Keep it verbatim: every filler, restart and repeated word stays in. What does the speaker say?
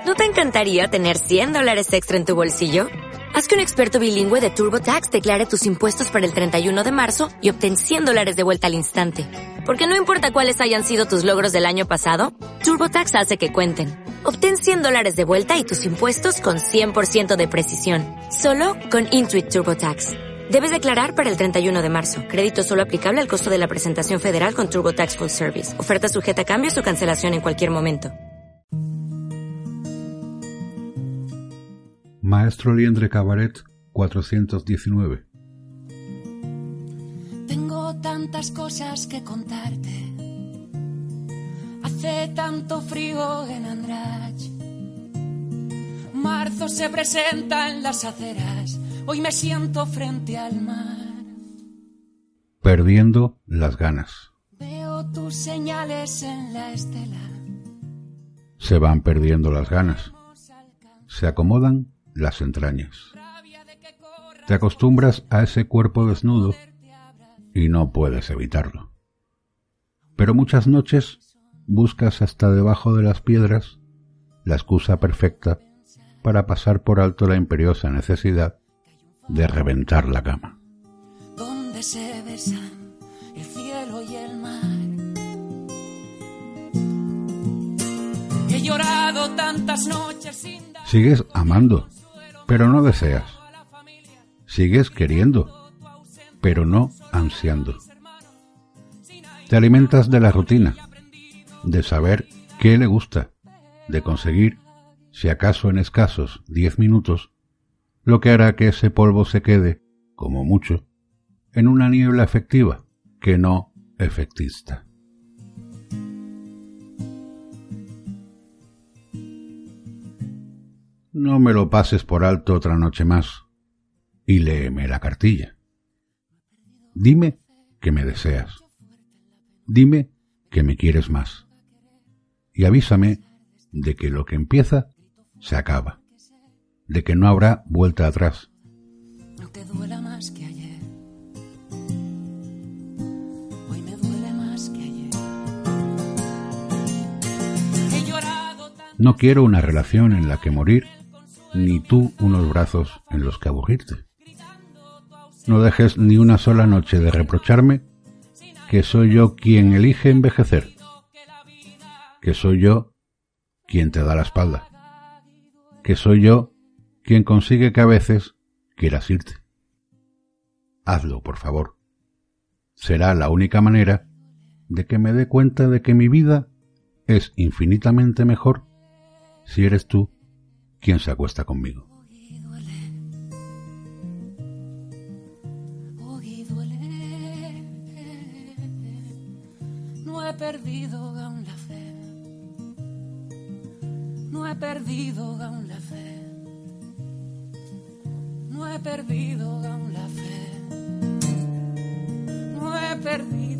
¿No te encantaría tener cien dólares extra en tu bolsillo? Haz que un experto bilingüe de TurboTax declare tus impuestos para el treinta y uno de marzo y obtén cien dólares de vuelta al instante. Porque no importa cuáles hayan sido tus logros del año pasado, TurboTax hace que cuenten. Obtén cien dólares de vuelta y tus impuestos con cien por ciento de precisión. Solo con Intuit TurboTax. Debes declarar para el treinta y uno de marzo. Crédito solo aplicable al costo de la presentación federal con TurboTax Full Service. Oferta sujeta a cambios o cancelación en cualquier momento. Maestro Liendre Cabaret cuatrocientos diecinueve. Tengo tantas cosas que contarte. Hace tanto frío en Andratx. Marzo se presenta en las aceras. Hoy me siento frente al mar. Perdiendo las ganas. Veo tus señales en la estela. Se van perdiendo las ganas. Se acomodan las entrañas. Te acostumbras a ese cuerpo desnudo y no puedes evitarlo. Pero muchas noches buscas hasta debajo de las piedras la excusa perfecta para pasar por alto la imperiosa necesidad de reventar la cama. Donde se besan el cielo y el mar. He llorado tantas noches sin dar... Sigues amando, pero no deseas. Sigues queriendo, pero no ansiando. Te alimentas de la rutina, de saber qué le gusta, de conseguir, si acaso en escasos diez minutos, lo que hará que ese polvo se quede, como mucho, en una niebla efectiva, que no efectista. No me lo pases por alto otra noche más y léeme la cartilla. Dime que me deseas. Dime que me quieres más. Y avísame de que lo que empieza se acaba, de que no habrá vuelta atrás. No te duela más que ayer. Hoy me duele más que ayer. He llorado tanto. No quiero una relación en la que morir, ni tú unos brazos en los que aburrirte. No dejes ni una sola noche de reprocharme que soy yo quien elige envejecer, que soy yo quien te da la espalda, que soy yo quien consigue que a veces quieras irte. Hazlo, por favor. Será la única manera de que me dé cuenta de que mi vida es infinitamente mejor si eres tú quien se acuesta conmigo. Hoy duele. Hoy duele. No he perdido aún la fe. No he perdido aún la fe. No he perdido aún la fe. No he perdido.